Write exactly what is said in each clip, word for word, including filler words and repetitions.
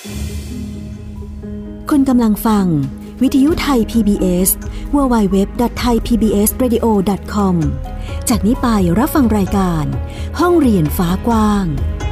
คุณกำลังฟังวิทยุไทย พี บี เอส ดับเบิลยู ดับเบิลยู ดับเบิลยู ดอท ไทย พี บี เอส เรดิโอ ดอท คอม จากนี้ไปรับฟังรายการห้องเรียนฟ้ากว้าง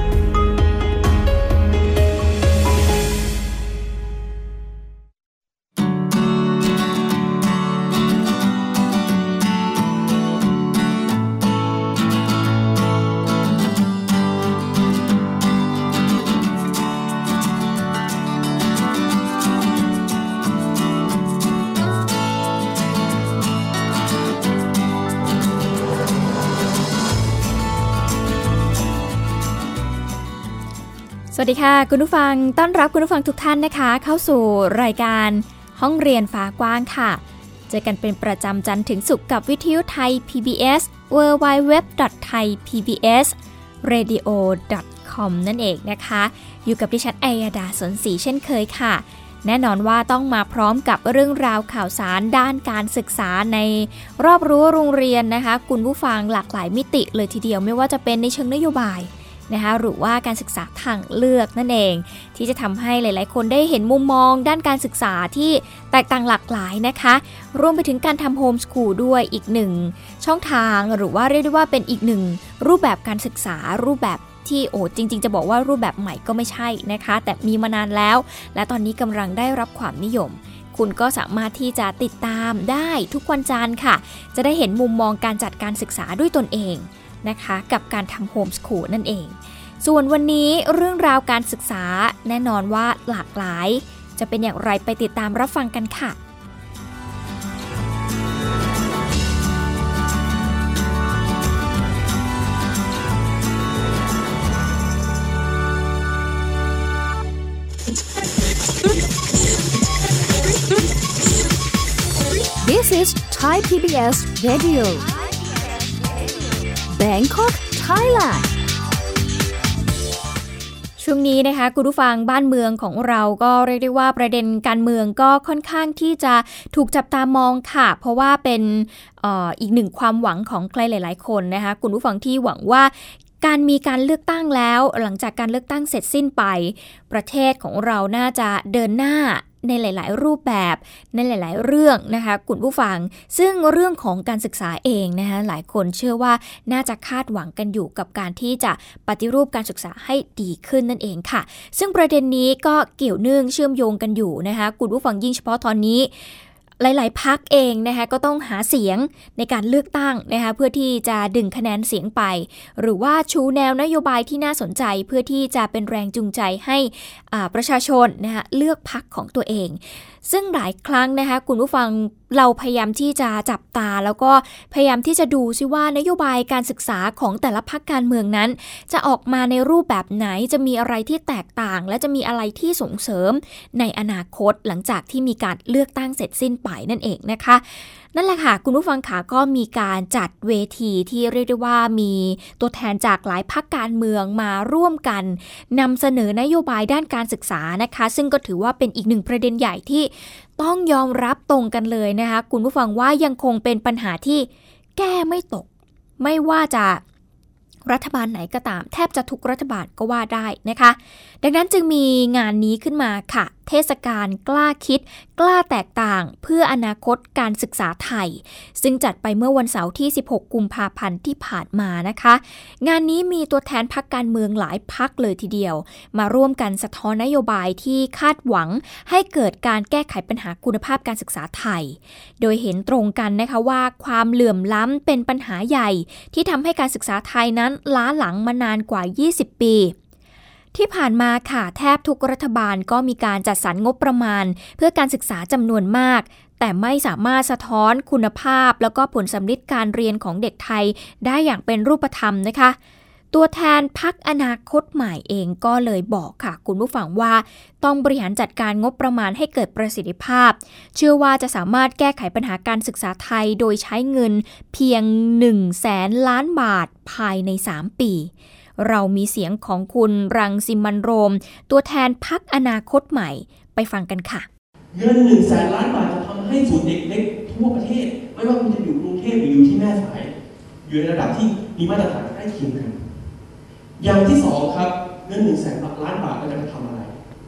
สวัสดีค่ะคุณผู้ฟังต้อนรับคุณผู้ฟังทุกท่านนะคะเข้าสู่รายการห้องเรียนฟ้ากว้างค่ะเจอกันเป็นประจำจันทร์ถึงศุกร์กับวิทยุไทย พี บี เอส ดับเบิลยู ดับเบิลยู ดับเบิลยู ดอท ไทย พี บี เอส เรดิโอ ดอท คอม นั่นเองนะคะอยู่กับดิฉันอัยดาสนศรีเช่นเคยค่ะแน่นอนว่าต้องมาพร้อมกับเรื่องราวข่าวสารด้านการศึกษาในรอบรั้วโรงเรียนนะคะคุณผู้ฟังหลากหลายมิติเลยทีเดียวไม่ว่าจะเป็นในเชิงนโยบายนะคะหรือว่าการศึกษาทางเลือกนั่นเองที่จะทำให้หลายๆคนได้เห็นมุมมองด้านการศึกษาที่แตกต่างหลากหลายนะคะรวมไปถึงการทำโฮมสคูลด้วยอีกหนึ่งช่องทางหรือว่าเรียกได้ว่าเป็นอีกหนึ่งรูปแบบการศึกษารูปแบบที่โอ้จริงๆจะบอกว่ารูปแบบใหม่ก็ไม่ใช่นะคะแต่มีมานานแล้วและตอนนี้กำลังได้รับความนิยมคุณก็สามารถที่จะติดตามได้ทุกวันจันทร์ค่ะจะได้เห็นมุมมองการจัดการศึกษาด้วยตนเองนะคะกับการทำโฮมสคูลนั่นเองส่วนวันนี้เรื่องราวการศึกษาแน่นอนว่าหลากหลายจะเป็นอย่างไรไปติดตามรับฟังกันค่ะ This is Thai พี บี เอส Radio Bangkok Thailand ช่วงนี้นะคะคุณผู้ฟังบ้านเมืองของเราก็เรียกได้ว่าประเด็นการเมืองก็ค่อนข้างที่จะถูกจับตามองค่ะเพราะว่าเป็นเอ่ออีกหนึ่งความหวังของใครหลายๆคนนะคะคุณผู้ฟังที่หวังว่าการมีการเลือกตั้งแล้วหลังจากการเลือกตั้งเสร็จสิ้นไปประเทศของเราน่าจะเดินหน้าในหลายๆรูปแบบในหลายๆเรื่องนะคะคุณผู้ฟังซึ่งเรื่องของการศึกษาเองนะคะหลายคนเชื่อว่าน่าจะคาดหวังกันอยู่กับการที่จะปฏิรูปการศึกษาให้ดีขึ้นนั่นเองค่ะซึ่งประเด็นนี้ก็เกี่ยวเนื่องเชื่อมโยงกันอยู่นะคะคุณผู้ฟังยิ่งเฉพาะตอนนี้หลายๆพรรคเองนะคะก็ต้องหาเสียงในการเลือกตั้งนะคะเพื่อที่จะดึงคะแนนเสียงไปหรือว่าชูแนวนโยบายที่น่าสนใจเพื่อที่จะเป็นแรงจูงใจให้อ่าประชาชนนะคะเลือกพรรคของตัวเองซึ่งหลายครั้งนะคะคุณผู้ฟังเราพยายามที่จะจับตาแล้วก็พยายามที่จะดูซิว่านโยบายการศึกษาของแต่ละพรรคการเมืองนั้นจะออกมาในรูปแบบไหนจะมีอะไรที่แตกต่างและจะมีอะไรที่ส่งเสริมในอนาคตหลังจากที่มีการเลือกตั้งเสร็จสิ้นไปนั่นเองนะคะนั่นแหละค่ะคุณผู้ฟังค่ะก็มีการจัดเวทีที่เรียกได้ว่ามีตัวแทนจากหลายพรรคการเมืองมาร่วมกันนำเสนอนโยบายด้านการศึกษานะคะซึ่งก็ถือว่าเป็นอีกหนึ่งประเด็นใหญ่ที่ต้องยอมรับตรงกันเลยนะคะคุณผู้ฟังว่ายังคงเป็นปัญหาที่แก้ไม่ตกไม่ว่าจะรัฐบาลไหนก็ตามแทบจะทุกรัฐบาลก็ว่าได้นะคะดังนั้นจึงมีงานนี้ขึ้นมาค่ะเทศกาลกล้าคิดกล้าแตกต่างเพื่ออนาคตการศึกษาไทยซึ่งจัดไปเมื่อวันเสาร์ที่สิบหกกุมภาพันธ์ที่ผ่านมานะคะงานนี้มีตัวแทนพรรคการเมืองหลายพรรคเลยทีเดียวมาร่วมกันสะท้อนนโยบายที่คาดหวังให้เกิดการแก้ไขปัญหาคุณภาพการศึกษาไทยโดยเห็นตรงกันนะคะว่าความเหลื่อมล้ำเป็นปัญหาใหญ่ที่ทำให้การศึกษาไทยนั้นล้าหลังมานานกว่ายี่สิบปีที่ผ่านมาค่ะแทบทุกรัฐบาลก็มีการจัดสรรงบประมาณเพื่อการศึกษาจำนวนมากแต่ไม่สามารถสะท้อนคุณภาพแล้วก็ผลสำลิดการเรียนของเด็กไทยได้อย่างเป็นรูปธรรมนะคะตัวแทนพรรคอนาคตใหม่เองก็เลยบอกค่ะคุณผู้ฟังว่าต้องบริหารจัดการงบประมาณให้เกิดประสิทธิภาพเชื่อว่าจะสามารถแก้ไขปัญหาการศึกษาไทยโดยใช้เงินเพียง หนึ่งแสนล้านบาทภายในสามปีเรามีเสียงของคุณรังสิมันต์โรมตัวแทนพรรคอนาคตใหม่ไปฟังกันค่ะเงิน หนึ่งแสนล้านบาทจะทำให้ศูนย์เด็กเล็กทั่วประเทศไม่ว่าคุณจะอยู่กรุงเทพหรืออยู่ที่แม่สายอยู่ในระดับที่มีมาตรฐานใกล้เคียงกันอย่างที่สองครับเงิน หนึ่งแสนล้านบาทเราจะไปทำอะไร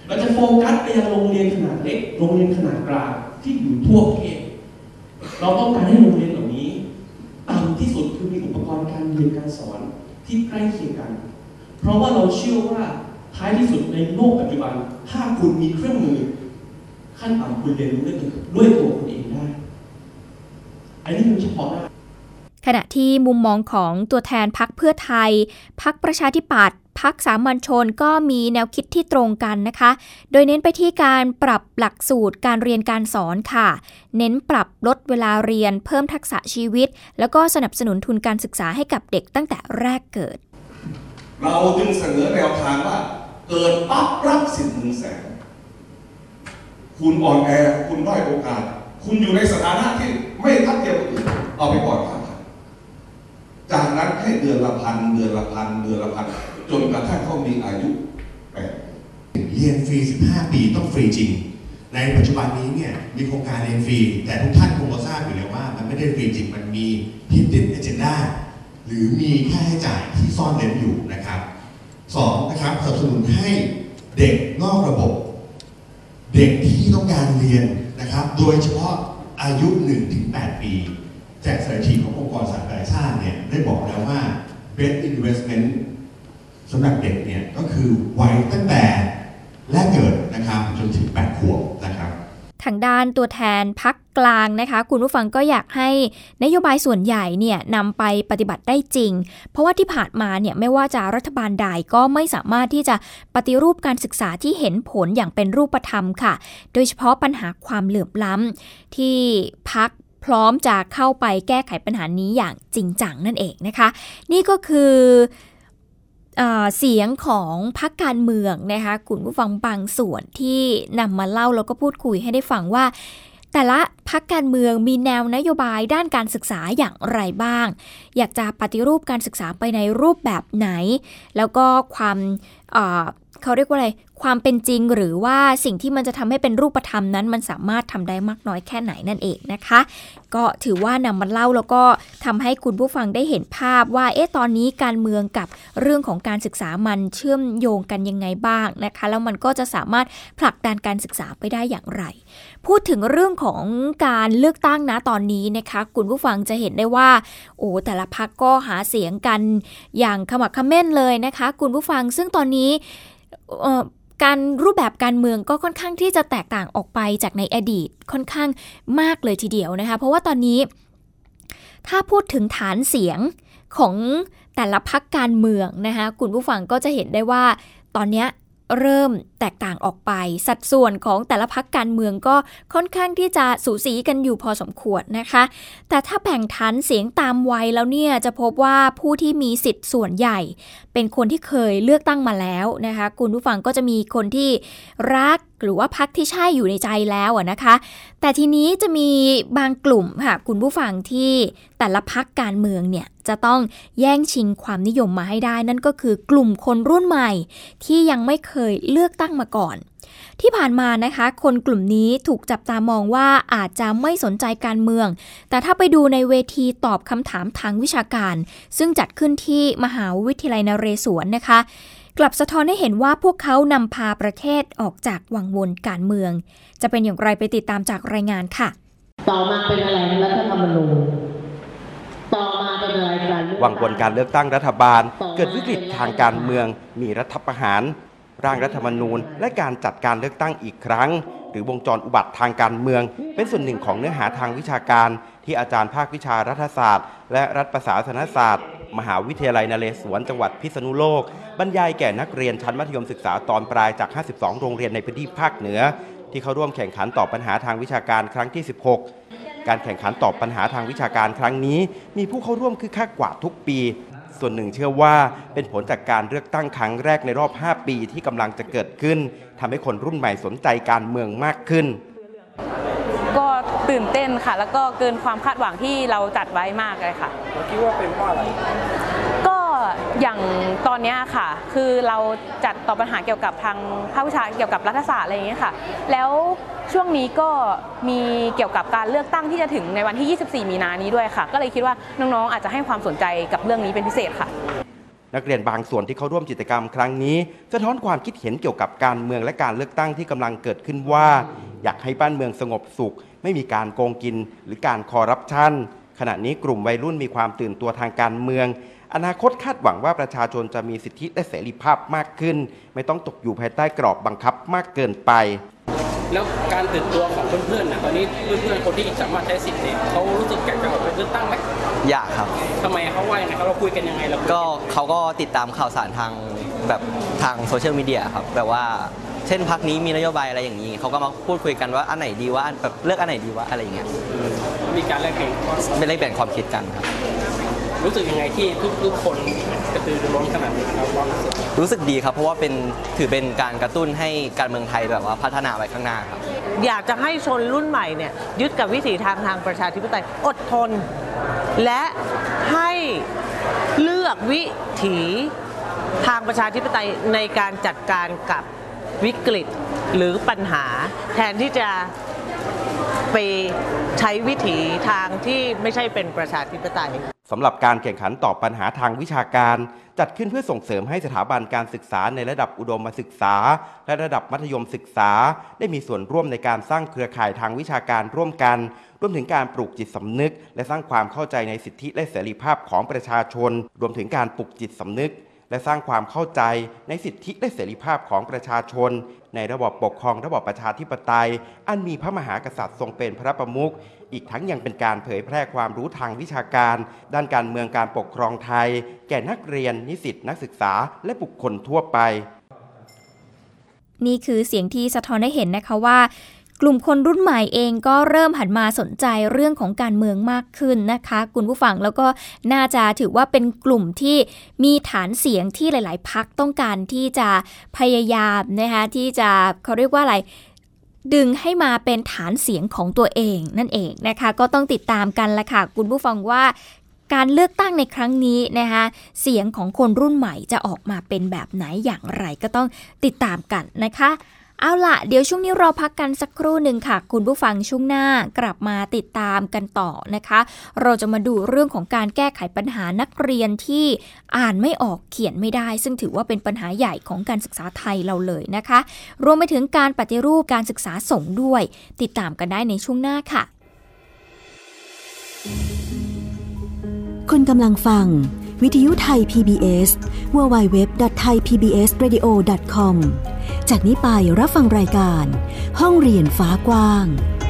เราจะโฟกัสไปยังโรงเรียนขนาดเล็กโรงเรียนขนาดกลางที่อยู่ทั่วประเทศเราต้องการให้โรงเรียนเหล่านี้ต่ำที่สุดคือมีอุปกรณ์การเรียนการสอนที่ใกล้เคียงกันเพราะว่าเราเชื่อว่าท้ายที่สุดในโลกปัจจุบันถ้าคุณมีเครื่องมือขั้นต่ำคุณเรียนรู้ได้ด้วยตัวคุณเองได้อันนี้คือเฉพาะหน้าขณะที่มุมมองของตัวแทนพรรคเพื่อไทยพรรคประชาธิปัตย์พรรคสามัญชนก็มีแนวคิดที่ตรงกันนะคะโดยเน้นไปที่การปรับหลักสูตรการเรียนการสอนค่ะเน้นปรับลดเวลาเรียนเพิ่มทักษะชีวิตแล้วก็สนับสนุนทุนการศึกษาให้กับเด็กตั้งแต่แรกเกิดเราจึงเสนอแนวทางว่าเกิดปั๊บรับสิทธิ์หนึ่งแสนคุณอ่อนแอคุณด้อยโอกาสคุณอยู่ในสถานะที่ไม่ทัดเทียมกับอื่นเอาไปก่อนครับจากนั้นให้เดือนละพันเดือนละพันเดือนละพันจนกระทั่งเขามีอายุแปดเรียนฟรีสิบห้าปีต้องฟรีจริงในปัจจุบันนี้เนี่ยมีโครงการเรียนฟรีแต่ทุกท่านคงทราบอยู่แล้วว่ามันไม่ได้ฟรีจริงมันมี hidden agenda หรือมีค่าใช้จ่ายที่ซ่อนเร้นอยู่นะครับสองนะครับสนับสนุนให้เด็กนอกระบบเด็กที่ต้องการเรียนนะครับโดยเฉพาะอายุ หนึ่งถึงแปด ปีจากสถิติขององค์กรสหประชาชาติเนี่ยได้บอกแล้วว่า best investment สำหรับเด็กเนี่ยก็คือวัยตั้งแต่แรกเกิดนะครับจนถึงแปดขวบนะครับทางด้านตัวแทนพรรคกลางนะคะคุณผู้ฟังก็อยากให้นโยบายส่วนใหญ่เนี่ยนำไปปฏิบัติได้จริงเพราะว่าที่ผ่านมาเนี่ยไม่ว่าจะรัฐบาลใดก็ไม่สามารถที่จะปฏิรูปการศึกษาที่เห็นผลอย่างเป็นรูปธรรมค่ะโดยเฉพาะปัญหาความเหลื่อมล้ำที่พรรคพร้อมจะเข้าไปแก้ไขปัญหานี้อย่างจริงจังนั่นเองนะคะนี่ก็คือเอ่อเสียงของพรรคการเมืองนะคะคุณผู้ฟังบางส่วนที่นำมาเล่าแล้วก็พูดคุยให้ได้ฟังว่าแต่ละพรรคการเมืองมีแนวนโยบายด้านการศึกษาอย่างไรบ้างอยากจะปฏิรูปการศึกษาไปในรูปแบบไหนแล้วก็ความเอ่อเขาเรียกว่าอะไรความเป็นจริงหรือว่าสิ่งที่มันจะทำให้เป็นรูปธรรมนั้นมันสามารถทำได้มากน้อยแค่ไหนนั่นเองนะคะก็ถือว่านำมาเล่าแล้วก็ทำให้คุณผู้ฟังได้เห็นภาพว่าเอ๊ะตอนนี้การเมืองกับเรื่องของการศึกษามันเชื่อมโยงกันยังไงบ้างนะคะแล้วมันก็จะสามารถผลักดันการศึกษาไปได้อย่างไรพูดถึงเรื่องของการเลือกตั้งนะตอนนี้นะคะคุณผู้ฟังจะเห็นได้ว่าโอ้แต่ละพรรคก็หาเสียงกันอย่างขมักเขม้นเลยนะคะคุณผู้ฟังซึ่งตอนนี้เอ่อการรูปแบบการเมืองก็ค่อนข้างที่จะแตกต่างออกไปจากในอดีตค่อนข้างมากเลยทีเดียวนะคะเพราะว่าตอนนี้ถ้าพูดถึงฐานเสียงของแต่ละพรรคการเมืองนะคะคุณผู้ฟังก็จะเห็นได้ว่าตอนนี้เริ่มแตกต่างออกไปสัดส่วนของแต่ละพรรคการเมืองก็ค่อนข้างที่จะสูสีกันอยู่พอสมควรนะคะแต่ถ้าแบ่งฐานเสียงตามวัยแล้วเนี่ยจะพบว่าผู้ที่มีสิทธิ์ส่วนใหญ่เป็นคนที่เคยเลือกตั้งมาแล้วนะคะคุณผู้ฟังก็จะมีคนที่รักหรือว่าพรรคที่ใช่อยู่ในใจแล้วอ่ะนะคะแต่ทีนี้จะมีบางกลุ่มค่ะคุณผู้ฟังที่แต่ละพรรคการเมืองเนี่ยจะต้องแย่งชิงความนิยมมาให้ได้นั่นก็คือกลุ่มคนรุ่นใหม่ที่ยังไม่เคยเลือกตั้งมาก่อนที่ผ่านมานะคะคนกลุ่มนี้ถูกจับตามองว่าอาจจะไม่สนใจการเมืองแต่ถ้าไปดูในเวทีตอบคำถามทางวิชาการซึ่งจัดขึ้นที่มหาวิทยาลัยนเรศวรนะคะกลับสะท้อนให้เห็นว่าพวกเขานำพาประเทศออกจากวังวนการเมืองจะเป็นอย่างไรไปติดตามจากรายงานค่ะต่อมาเป็นอะไรรัฐธรรมนูญต่อมาเป็นอะไรการวังวนการเลือกตั้งรัฐบาลเกิดวิกฤตทางการเมืองมีรัฐประหารร่างรัฐธรรมนูญและการจัดการเลือกตั้งอีกครั้งหรือวงจรอุบัติทางการเมืองเป็นส่วนหนึ่งของเนื้อหาทางวิชาการที่อาจารย์ภาควิชารัฐศาสตร์และรัฐประศาสนศาสตร์มหาวิทยาลัยนเรศวรจังหวัดพิษณุโลกบรรยายแก่นักเรียนชั้นมัธยมศึกษาตอนปลายจากห้าสิบสองโรงเรียนในพื้นที่ภาคเหนือที่เข้าร่วมแข่งขันตอบปัญหาทางวิชาการครั้งที่สิบหกการแข่งขันตอบปัญหาทางวิชาการครั้งนี้มีผู้เข้าร่วมคึกคักกว่าทุกปีส่วนหนึ่งเชื่อว่าเป็นผลจากการเลือกตั้งครั้งแรกในรอบห้าปีที่กำลังจะเกิดขึ้นทำให้คนรุ่นใหม่สนใจการเมืองมากขึ้นก็ตื่นเต้นค่ะแล้วก็เกินความคาดหวังที่เราจัดไว้มากเลยค่ะเราคิดว่าเป็นเพราะอะไรก็อย่างตอนนี้ค่ะคือเราจัดตอบปัญหาเกี่ยวกับทางภาควิชาเกี่ยวกับรัฐศาสตร์อะไรอย่างเงี้ยค่ะแล้วช่วงนี้ก็มีเกี่ยวกับการเลือกตั้งที่จะถึงในวันที่ยี่สิบสี่มีนานี้ด้วยค่ะก็เลยคิดว่าน้องๆอาจจะให้ความสนใจกับเรื่องนี้เป็นพิเศษค่ะนักเรียนบางส่วนที่เข้าร่วมกิจกรรมครั้งนี้สะท้อนความคิดเห็นเกี่ยวกับการเมืองและการเลือกตั้งที่กำลังเกิดขึ้นว่าอยากให้บ้านเมืองสงบสุขไม่มีการโกงกินหรือการคอร์รัปชันขณะนี้กลุ่มวัยรุ่นมีความตื่นตัวทางการเมืองอนาคตคาดหวังว่าประชาชนจะมีสิทธิและเสรีภาพมากขึ้นไม่ต้องตกอยู่ภายใต้กรอบบังคับมากเกินไปแล้วการตื่นตัวของเพื่อนๆนะตอนนี้เพื่อนๆคนที่สามารถใช้สิทธิ์เนี่ยเขารู้สึกอยากจะออกไปเลือกตั้งไหมอยากครับทำไมเขาว่ายังไงเราคุยกันยังไงเราก็เขาก็ติดตามข่าวสารทางแบบทางโซเชียลมีเดียครับแบบว่าเช่นพรรคนี้มีนโยบายอะไรอย่างนี้เขาก็มาพูดคุยกันว่าอันไหนดีว่าแบบเลือกอันไหนดีว่าอะไรอย่างเงี้ยมีการแลกเปลี่ยนไม่แลกเปลี่ยนความคิดกันครับรู้สึกยังไงที่ทุกๆคนกระตือรือร้นขนาดนี้ครับรู้สึกดีครับเพราะว่าเป็นถือเป็นการกระตุ้นให้การเมืองไทยแบบว่าพัฒนาไปข้างหน้าครับอยากจะให้ชนรุ่นใหม่เนี่ยยึดกับวิถีทางทางประชาธิปไตยอดทนและให้เลือกวิถีทางประชาธิปไตยในการจัดการกับวิกฤตหรือปัญหาแทนที่จะไปใช้วิถีทางที่ไม่ใช่เป็นประชาธิปไตยสำหรับการแข่งขันตอบปัญหาทางวิชาการจัดขึ้นเพื่อส่งเสริมให้สถาบันการศึกษาในระดับอุดมศึกษาและระดับมัธยมศึกษาได้มีส่วนร่วมในการสร้างเครือข่ายทางวิชาการร่วมกันรวมถึงการปลูกจิตสำนึกและสร้างความเข้าใจในสิทธิและเสรีภาพของประชาชนรวมถึงการปลูกจิตสำนึกและสร้างความเข้าใจในสิทธิและเสรีภาพของประชาชนในระบอบปกครองระบอบประชาธิปไตยอันมีพระมหากษัตริย์ทรงเป็นพระประมุขอีกทั้งยังเป็นการเผยแพร่ความรู้ทางวิชาการด้านการเมืองการปกครองไทยแก่นักเรียนนิสิตนักศึกษาและบุคคลทั่วไปนี่คือเสียงที่สะท้อนให้เห็นนะคะว่ากลุ่มคนรุ่นใหม่เองก็เริ่มหันมาสนใจเรื่องของการเมืองมากขึ้นนะคะคุณผู้ฟังแล้วก็น่าจะถือว่าเป็นกลุ่มที่มีฐานเสียงที่หลายๆพรรคต้องการที่จะพยายามนะคะที่จะเขาเรียกว่าอะไรดึงให้มาเป็นฐานเสียงของตัวเองนั่นเองนะคะก็ต้องติดตามกันละค่ะคุณผู้ฟังว่าการเลือกตั้งในครั้งนี้นะคะเสียงของคนรุ่นใหม่จะออกมาเป็นแบบไหนอย่างไรก็ต้องติดตามกันนะคะเอาล่ะเดี๋ยวช่วงนี้เราพักกันสักครู่หนึ่งค่ะคุณผู้ฟังช่วงหน้ากลับมาติดตามกันต่อนะคะเราจะมาดูเรื่องของการแก้ไขปัญหานักเรียนที่อ่านไม่ออกเขียนไม่ได้ซึ่งถือว่าเป็นปัญหาใหญ่ของการศึกษาไทยเราเลยนะคะรวมไปถึงการปฏิรูปการศึกษาสงฆ์ด้วยติดตามกันได้ในช่วงหน้าค่ะคุณกำลังฟังวิทยุไทย พี บี เอส ดับเบิลยู ดับเบิลยู ดับเบิลยู ดอท ไทย พี บี เอส เรดิโอ ดอท คอม จากนี้ไปรับฟังรายการห้องเรียนฟ้ากว้าง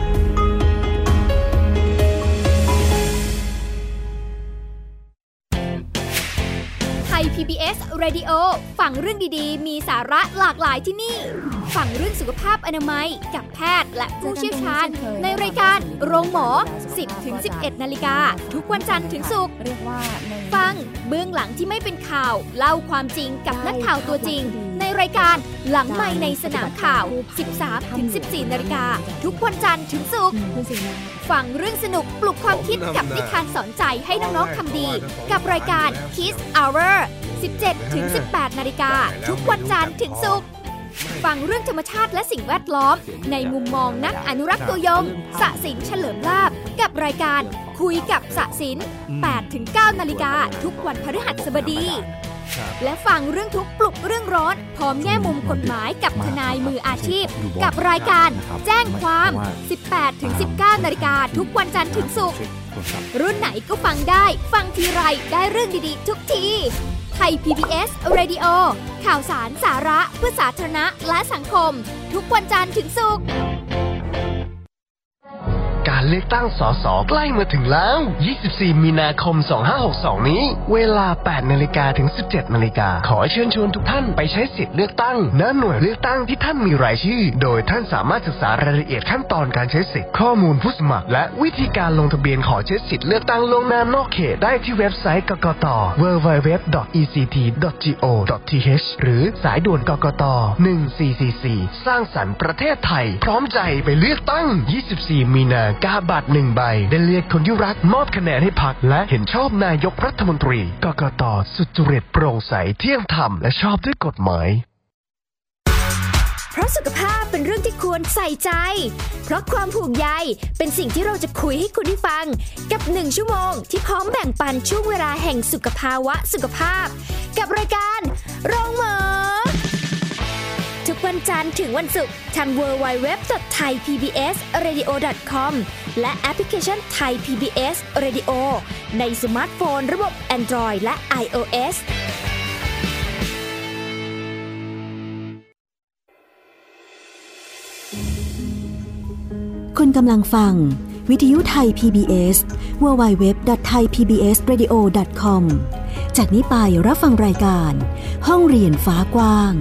ไทย พี บี เอส Radio ฟังเรื่องดีๆมีสาระหลากหลายที่นี่ฟังเรื่องสุขภาพอนามัยกับแพทย์และผู้เชี่ยวชาญในรายการโรงหมอ สิบถึงสิบเอ็ด นาฬิกาทุกวันจันทร์ถึงศุกร์ฟังเบื้องหลังที่ไม่เป็นข่าวเล่าความจริงกับนักข่าวตัวจริงในรายการหลังไมค์ในสนามข่าว สิบสามถึงสิบสี่ นาฬิกาทุกวันจันทร์ถึงศุกร์ฟังเรื่องสนุกปลุกความคิดกับนิทานสอนใจให้น้องๆทำดีกับรายการ Kids Hour สิบเจ็ดถึงสิบแปด นาฬิกาทุกวันจันทร์ถึงศุกร์ฟังเรื่องธรรมชาติและสิ่งแวดล้อมในมุมมองนักอนุรักษ์ตัวยงสศิลป์เฉลิมลาภกับรายการคุยกับสศิลป์ แปดถึงเก้า นาฬิกาทุกวันพฤหัสบดีและฟังเรื่องทุกข์ปลุกเรื่องร้อนพร้อมแง่มุมกฎหมายกับทนายมืออาชีพกับรายการแจ้งความ สิบแปดถึงสิบเก้า นาฬิกาทุกวันจันทร์ถึงศุกร์รุ่นไหนก็ฟังได้ฟังทีไรได้เรื่องดีๆทุกทีไทย พี บี เอส Radio ข่าวสารสาระเพื่อสาธารณะและสังคมทุกวันจันทร์ถึงศุกร์การเลือกตั้งสสใกล้มาถึงแล้วยี่สิบสี่มีนาคมสองพันห้าร้อยหกสิบสองนี้เวลา แปดนาฬิกา ถึง สิบเจ็ดนาฬิกา ขอเชิญชวนทุกท่านไปใช้สิทธิ์เลือกตั้งณหน่วยเลือกตั้งที่ท่านมีรายชื่อโดยท่านสามารถศึกษารายละเอียดขั้นตอนการใช้สิทธิ์ข้อมูลผู้สมัครและวิธีการลงทะเบียนขอใช้สิทธิ์เลือกตั้งล่วงหน้านอกเขตได้ที่เว็บไซต์กกต ดับเบิลยู ดับเบิลยู ดับเบิลยู ดอท อี ซี ที ดอท จี โอ ดอท ที เอช หรือสายด่วนกกตหนึ่งสี่สี่สี่สร้างสรรค์ประเทศไทยพร้อมใจไปเลือกตั้งยี่สิบสี่มีนากาบัตรหนึ่งใบได้เลือกคนที่รักมอบคะแนนให้พรรคและเห็นชอบนายกรัฐมนตรีกกต.สุจริตโปร่งใสเที่ยงธรรมและชอบด้วยกฎหมายเพราะสุขภาพเป็นเรื่องที่ควรใส่ใจเพราะความห่วงใยเป็นสิ่งที่เราจะคุยให้คุณได้ฟังกับหนึ่งชั่วโมงที่พร้อมแบ่งปันช่วงเวลาแห่งสุขภาวะสุขภาพกับรายการโรงหมอทุกวันจันทร์ถึงวันศุกร์ทาง ดับเบิลยู ดับเบิลยู ดับเบิลยู ดอท ไทย พี บี เอส เรดิโอ ดอท คอม และแอปพลิเคชัน Thai พี บี เอส Radio ในสมาร์ทโฟนระบบ Android และ iOS คุณกำลังฟังวิทยุไทย พี บี เอส ดับเบิลยู ดับเบิลยู ดับเบิลยู ดอท ไทย พี บี เอส เรดิโอ ดอท คอม จากนี้ไปรับฟังรายการห้องเรียนฟ้ากว้าง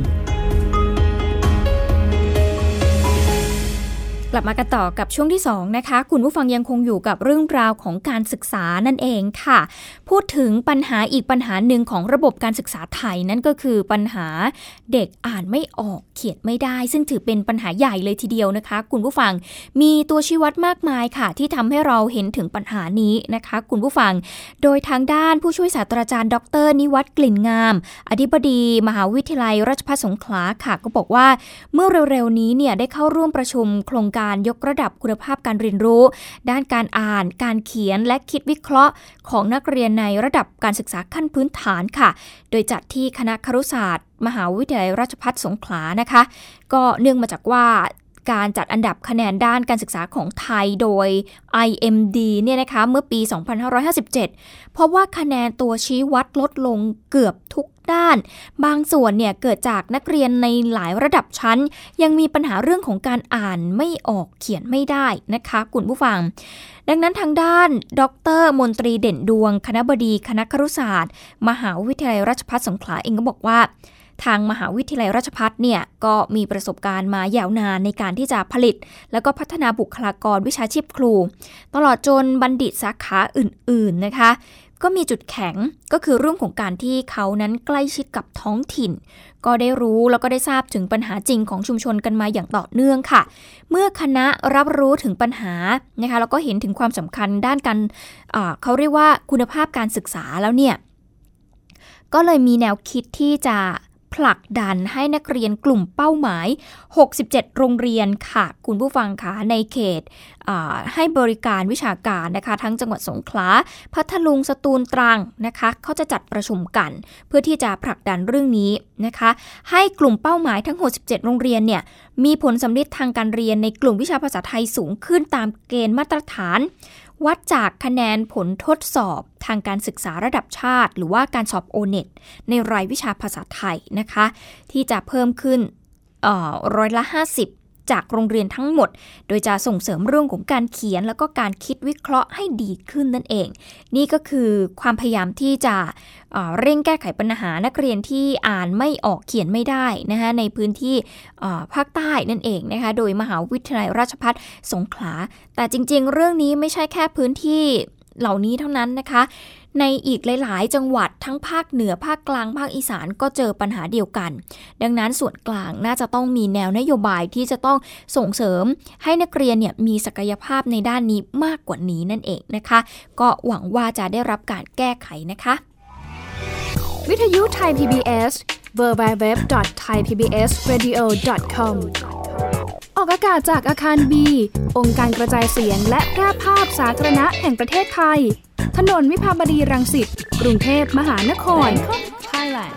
กลับมากันต่อกับช่วงที่สองนะคะคุณผู้ฟังยังคงอยู่กับเรื่องราวของการศึกษานั่นเองค่ะพูดถึงปัญหาอีกปัญหาหนึ่งของระบบการศึกษาไทยนั่นก็คือปัญหาเด็กอ่านไม่ออกเขียนไม่ได้ซึ่งถือเป็นปัญหาใหญ่เลยทีเดียวนะคะคุณผู้ฟังมีตัวชี้วัดมากมายค่ะที่ทำให้เราเห็นถึงปัญหานี้นะคะคุณผู้ฟังโดยทางด้านผู้ช่วยศาสตราจารย์ดรนิวัฒน์กลิ่นงามอธิบดีมหาวิทยาลัยราชภัฏสงขลาค่ะก็บอกว่าเมื่อเร็วๆนี้เนี่ยได้เข้าร่วมประชุมโครงการยกระดับคุณภาพการเรียนรู้ด้านการอ่านการเขียนและคิดวิเคราะห์ของนักเรียนในระดับการศึกษาขั้นพื้นฐานค่ะโดยจัดที่คณะครุศาสตร์มหาวิทยาลัยราชภัฏสงขลานะคะก็เนื่องมาจากว่าการจัดอันดับคะแนนด้านการศึกษาของไทยโดย ไอ เอ็ม ดี เนี่ยนะคะเมื่อปี สองพันห้าร้อยห้าสิบเจ็ด เพราะว่าคะแนนตัวชี้วัดลดลงเกือบทุกด้านบางส่วนเนี่ยเกิดจากนักเรียนในหลายระดับชั้นยังมีปัญหาเรื่องของการอ่านไม่ออกเขียนไม่ได้นะคะคุณผู้ฟังดังนั้นทางด้านดร.มนตรีเด่นดวงคณบดีคณะครุศาสตร์มหาวิทยาลัยราชภัฏสงขลาเองก็บอกว่าทางมหาวิทยาลัยราชภัฏเนี่ยก็มีประสบการณ์มายาวนานในการที่จะผลิตแล้วก็พัฒนาบุคลากรวิชาชีพครูตลอดจนบัณฑิตสาขาอื่นๆนะคะก็มีจุดแข็งก็คือเรื่องของการที่เขานั้นใกล้ชิดกับท้องถิ่นก็ได้รู้แล้วก็ได้ทราบถึงปัญหาจริงของชุมชนกันมาอย่างต่อเนื่องค่ะเมื่อคณะรับรู้ถึงปัญหานะคะแล้วก็เห็นถึงความสำคัญด้านการเอ่อเขาเรียกว่าคุณภาพการศึกษาแล้วเนี่ยก็เลยมีแนวคิดที่จะผลักดันให้นักเรียนกลุ่มเป้าหมายหกสิบเจ็ดโรงเรียนค่ะคุณผู้ฟังคะในเขตให้บริการวิชาการนะคะทั้งจังหวัดสงขลาพัทลุงสตูลตรังนะคะเขาจะจัดประชุมกันเพื่อที่จะผลักดันเรื่องนี้นะคะให้กลุ่มเป้าหมายทั้งหกสิบเจ็ดโรงเรียนเนี่ยมีผลสำเร็จทางการเรียนในกลุ่มวิชาภาษาไทยสูงขึ้นตามเกณฑ์มาตรฐานวัดจากคะแนนผลทดสอบทางการศึกษาระดับชาติหรือว่าการสอบ โอ เน็ต ในรายวิชาภาษาไทยนะคะที่จะเพิ่มขึ้นเอ่อร้อยละห้าสิบจากโรงเรียนทั้งหมดโดยจะส่งเสริมเรื่องของการเขียนแล้วก็การคิดวิเคราะห์ให้ดีขึ้นนั่นเองนี่ก็คือความพยายามที่จะเอ่อเร่งแก้ไขปัญหานักเรียนที่อ่านไม่ออกเขียนไม่ได้นะคะในพื้นที่เอ่อภาคใต้นั่นเองนะคะโดยมหาวิทยาลัยราชภัฏสงขลาแต่จริงๆเรื่องนี้ไม่ใช่แค่พื้นที่เหล่านี้เท่านั้นนะคะในอีกหลายๆจังหวัดทั้งภาคเหนือภาคกลางภาคอีสานก็เจอปัญหาเดียวกันดังนั้นส่วนกลางน่าจะต้องมีแนวนโยบายที่จะต้องส่งเสริมให้นักเรียนเนี่ยมีศักยภาพในด้านนี้มากกว่านี้นั่นเองนะคะก็หวังว่าจะได้รับการแก้ไขนะคะวิทยุไทย พี บี เอส ดับเบิลยู ดับเบิลยู ดับเบิลยู ดอท ไทย พี บี เอส เรดิโอ ดอท คอม ออกอากาศจากอาคาร B องค์การกระจายเสียงและแพร่ภาพสาธารณะแห่งประเทศไทยถนนวิภาวดีรังสิตกรุงเทพมหานคร Thailand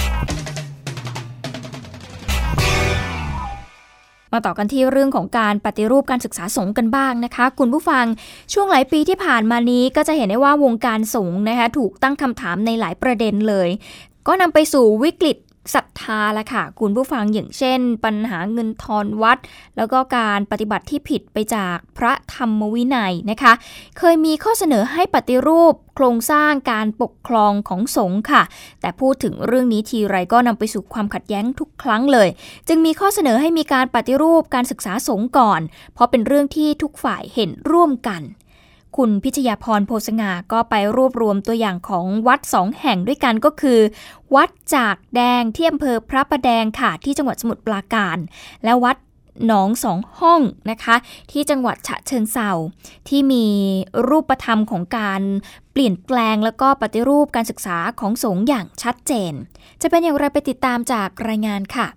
มาต่อกันที่เรื่องของการปฏิรูปการศึกษาสงฆ์กันบ้างนะคะคุณผู้ฟังช่วงหลายปีที่ผ่านมานี้ก็จะเห็นได้ว่าวงการสงฆ์นะคะถูกตั้งคำถามในหลายประเด็นเลยก็นำไปสู่วิกฤตศรัทธาละค่ะคุณผู้ฟังอย่างเช่นปัญหาเงินทอนวัดแล้วก็การปฏิบัติที่ผิดไปจากพระธรรมวินัยนะคะเคยมีข้อเสนอให้ปฏิรูปโครงสร้างการปกครองของสงฆ์ค่ะแต่พูดถึงเรื่องนี้ทีไรก็นำไปสู่ความขัดแย้งทุกครั้งเลยจึงมีข้อเสนอให้มีการปฏิรูปการศึกษาสงฆ์ก่อนเพราะเป็นเรื่องที่ทุกฝ่ายเห็นร่วมกันคุณพิชยาพรโพสง่าก็ไปรวบรวมตัวอย่างของวัดสองแห่งด้วยกันก็คือวัดจากแดงที่อำเภอพระประแดงค่ะที่จังหวัดสมุทรปราการและวัดหนองสองห้องนะคะที่จังหวัดฉะเชิงเทราที่มีรูปธรรมของการเปลี่ยนแปลงแล้วก็ปฏิรูปการศึกษาของสงฆ์อย่างชัดเจนจะเป็นอย่างไรไปติดตามจากรายงานค่ะ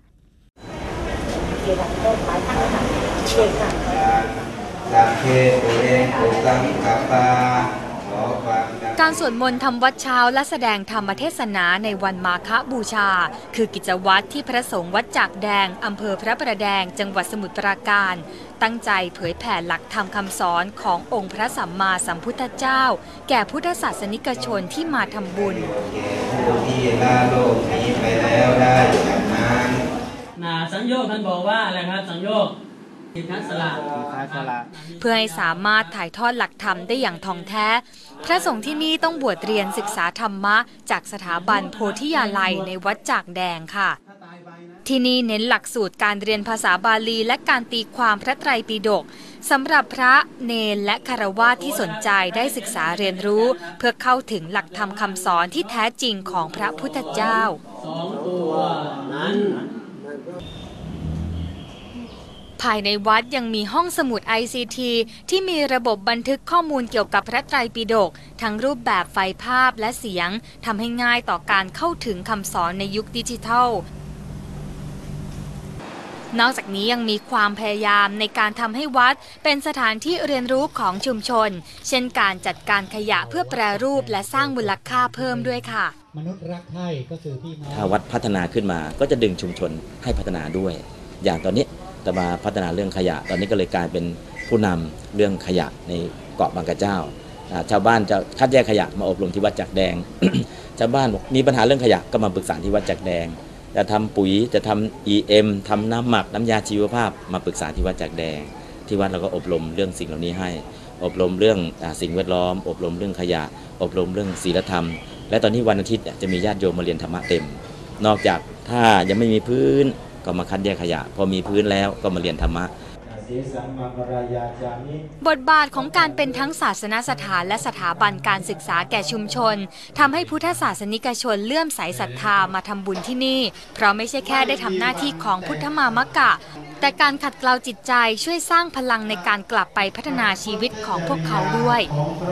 สัพเพปุเรนตุสังคปาการสวดมนต์ทำวัดเช้าและแสดงธรรมเทศนาในวันมาฆบูชาคือกิจวัตรที่พระสงฆ์วัดจากแดงอำเภอพระประแดงจังหวัดสมุทรปราการตั้งใจเผยแผ่หลักธรรมคำสอนขององค์พระสัมมาสัมพุทธเจ้าแก่พุทธศาสนิกชนที่มาทำบุญผู้ที่ละโลกนี้ไปแล้วได้อย่างนั้นนาสังโยคท่านบอกว่าอะไรครับสังโยคเพื่อให้สามารถถ่ายทอดหลักธรรมได้อย่างท่องแท้พระสงฆ์ที่นี่ต้องบวชเรียนศึกษาธรรมะจากสถาบันโพธิยาลัยในวัดจากแดงค่ะที่นี่เน้นหลักสูตรการเรียนภาษาบาลีและการตีความพระไตรปิฎกสำหรับพระเณรและคฤหัสถ์ที่สนใจได้ศึกษาเรียนรู้เพื่อเข้าถึงหลักธรรมคำสอนที่แท้จริงของพระพุทธเจ้าสองตัวนั้นภายในวัดยังมีห้องสมุด ไอ ซี ที ที่มีระบบบันทึกข้อมูลเกี่ยวกับพระไตรปิฎกทั้งรูปแบบไฟล์ภาพและเสียงทำให้ง่ายต่อการเข้าถึงคำสอนในยุคดิจิทัลนอกจากนี้ยังมีความพยายามในการทำให้วัดเป็นสถานที่เรียนรู้ของชุมชนเช่นการจัดการขยะเพื่อแปรรูปและสร้างมูลค่าเพิ่มด้วยค่ะมนุษย์รักไทยก็คือพี่น้องถ้าวัดพัฒนาขึ้นมาก็จะดึงชุมชนให้พัฒนาด้วยอย่างตอนนี้จะมาพัฒนาเรื่องขยะตอนนี้ก็เลยกลายเป็นผู้นำเรื่องขยะในเกาะบางกระเจ้าชาวบ้านจะคัดแยกขยะมาอบรมที่วัดจักแดง ชาวบ้านบอกมีปัญหาเรื่องขยะก็มาปรึกษาที่วัดจักแดงจะทำปุ๋ยจะทำ อี เอ็ม ทำน้ำหมักน้ำยาชีวภาพมาปรึกษาที่วัดจักแดงที่วัดเราก็อบรมเรื่องสิ่งเหล่านี้ให้อบรมเรื่องสิ่งแวดล้อมอบรมเรื่องขยะอบรมเรื่องศีลธรรมและตอนนี้วันอาทิตย์จะมีญาติโยมมาเรียนธรรมะเต็มนอกจากถ้ายังไม่มีพื้นก็มาคัดแยกขยะพอมีพื้นแล้วก็มาเรียนธรรมะบทบาทของการเป็นทั้งศาสนสถานและสถาบันการศึกษาแก่ชุมชนทำให้พุทธศาสนิกชนเลื่อมใสศรัทธามาทำบุญที่นี่เพราะไม่ใช่แค่ได้ทำหน้าที่ของพุทธมามกะแต่การขัดเกลาจิตใจช่วยสร้างพลังในการกลับไปพัฒนาชีวิตของพวกเขาด้วย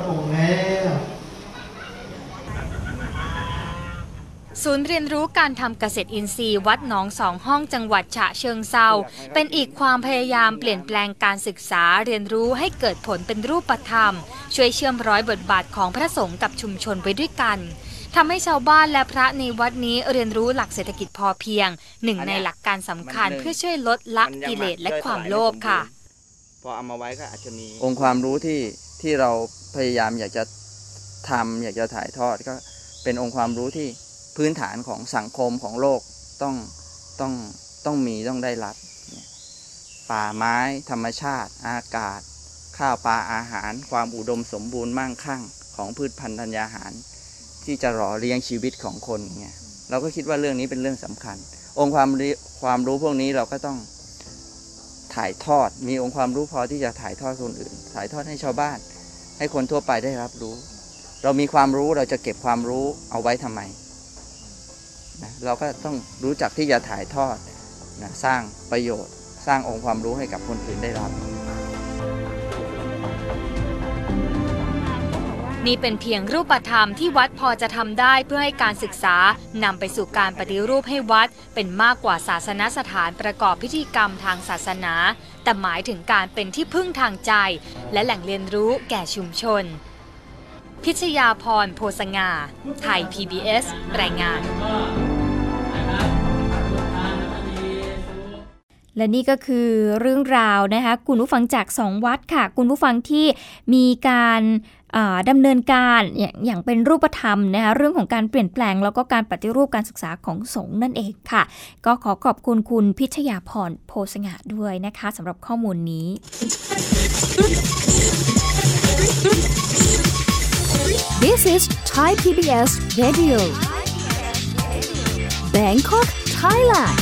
ศูนย์เรียนรู้การทำเกษตรอินทรีย์วัดหนองสองห้องจังหวัดฉะเชิงเทราเป็นอีกความพยายามเปลี่ยนแปลงการศึกษาเรียนรู้ให้เกิดผลเป็นรูปธรรมช่วยเชื่อมร้อยบทบาทของพระสงฆ์กับชุมชนไว้ด้วยกันทำให้ชาวบ้านและพระในวัดนี้เรียนรู้หลักเศรษฐกิจพอเพียงหนึ่งในหลักการสำคัญเพื่อช่วยลดละกิเลสและความโลภค่ะพอเอามาไว้ก็อาจจะมีองค์ความรู้ที่ที่เราพยายามอยากจะทำอยากจะถ่ายทอดก็เป็นองค์ความรู้ที่พื้นฐานของสังคมของโลกต้องต้องต้องมีต้องได้รับป่าไม้ธรรมชาติอากาศข้าวปลาอาหารความอุดมสมบูรณ์มั่งคั่งของพืชพันธุ์ธัญญาหารที่จะหล่อเลี้ยงชีวิตของคนเงี้ยเราก็คิดว่าเรื่องนี้เป็นเรื่องสำคัญองค์ความความรู้พวกนี้เราก็ต้องถ่ายทอดมีองค์ความรู้พอที่จะถ่ายทอดคนอื่นถ่ายทอดให้ชาวบ้านให้คนทั่วไปได้รับรู้เรามีความรู้เราจะเก็บความรู้เอาไว้ทำไมนะเราก็ต้องรู้จักที่จะถ่ายทอดนะสร้างประโยชน์สร้างองค์ความรู้ให้กับคนอื่นได้รับนี่เป็นเพียงรูปธรรมที่วัดพอจะทำได้เพื่อให้การศึกษานำไปสู่การปฏิรูปให้วัดเป็นมากกว่าศาสนสถานประกอบพิธีกรรมทางศาสนาแต่หมายถึงการเป็นที่พึ่งทางใจและแหล่งเรียนรู้แก่ชุมชนพิชยาพรโพสง่าไทย พี บี เอส รายงานและนี่ก็คือเรื่องราวนะคะคุณผู้ฟังจากสองวัดค่ะคุณผู้ฟังที่มีการดำเนินการอย่างเป็นรูปธรรมนะคะเรื่องของการเปลี่ยนแปลงแล้วก็การปฏิรูปการศึกษาของสงฆ์นั่นเองค่ะก็ขอขอบคุณคุณพิชยาพรโพสง่าด้วยนะคะสำหรับข้อมูลนี้ This is Thai พี บี เอส Radio Bangkok Thailand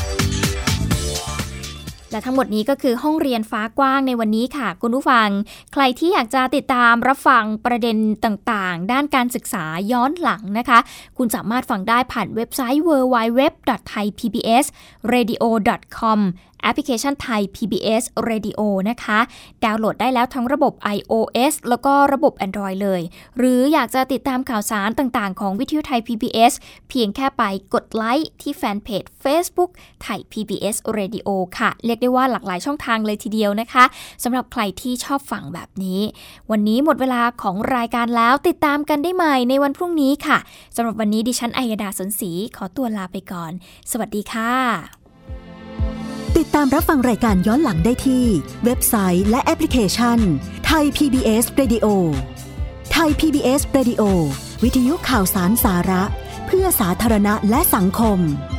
และทั้งหมดนี้ก็คือห้องเรียนฟ้ากว้างในวันนี้ค่ะคุณผู้ฟังใครที่อยากจะติดตามรับฟังประเด็นต่างๆด้านการศึกษาย้อนหลังนะคะคุณสามารถฟังได้ผ่านเว็บไซต์ ดับเบิลยู ดับเบิลยู ดับเบิลยู ดอท ไทย พี บี เอส เรดิโอ ดอท คอมแอปพลิเคชันไทย พี บี เอส Radio นะคะดาวน์โหลดได้แล้วทั้งระบบ iOS แล้วก็ระบบ Android เลยหรืออยากจะติดตามข่าวสารต่างๆของวิทยุไทย พี บี เอส เพียงแค่ไปกดไลค์ที่แฟนเพจ Facebook ไทย พี บี เอส Radio ค่ะเรียกได้ว่าหลากหลายช่องทางเลยทีเดียวนะคะสำหรับใครที่ชอบฟังแบบนี้วันนี้หมดเวลาของรายการแล้วติดตามกันได้ใหม่ในวันพรุ่งนี้ค่ะสำหรับวันนี้ดิฉันอัยดาสนศรีขอตัวลาไปก่อนสวัสดีค่ะติดตามรับฟังรายการย้อนหลังได้ที่เว็บไซต์และแอปพลิเคชันไทย พี บี เอส Radio ไทย พี บี เอส Radio วิทยุข่าวสารสาระเพื่อสาธารณะและสังคม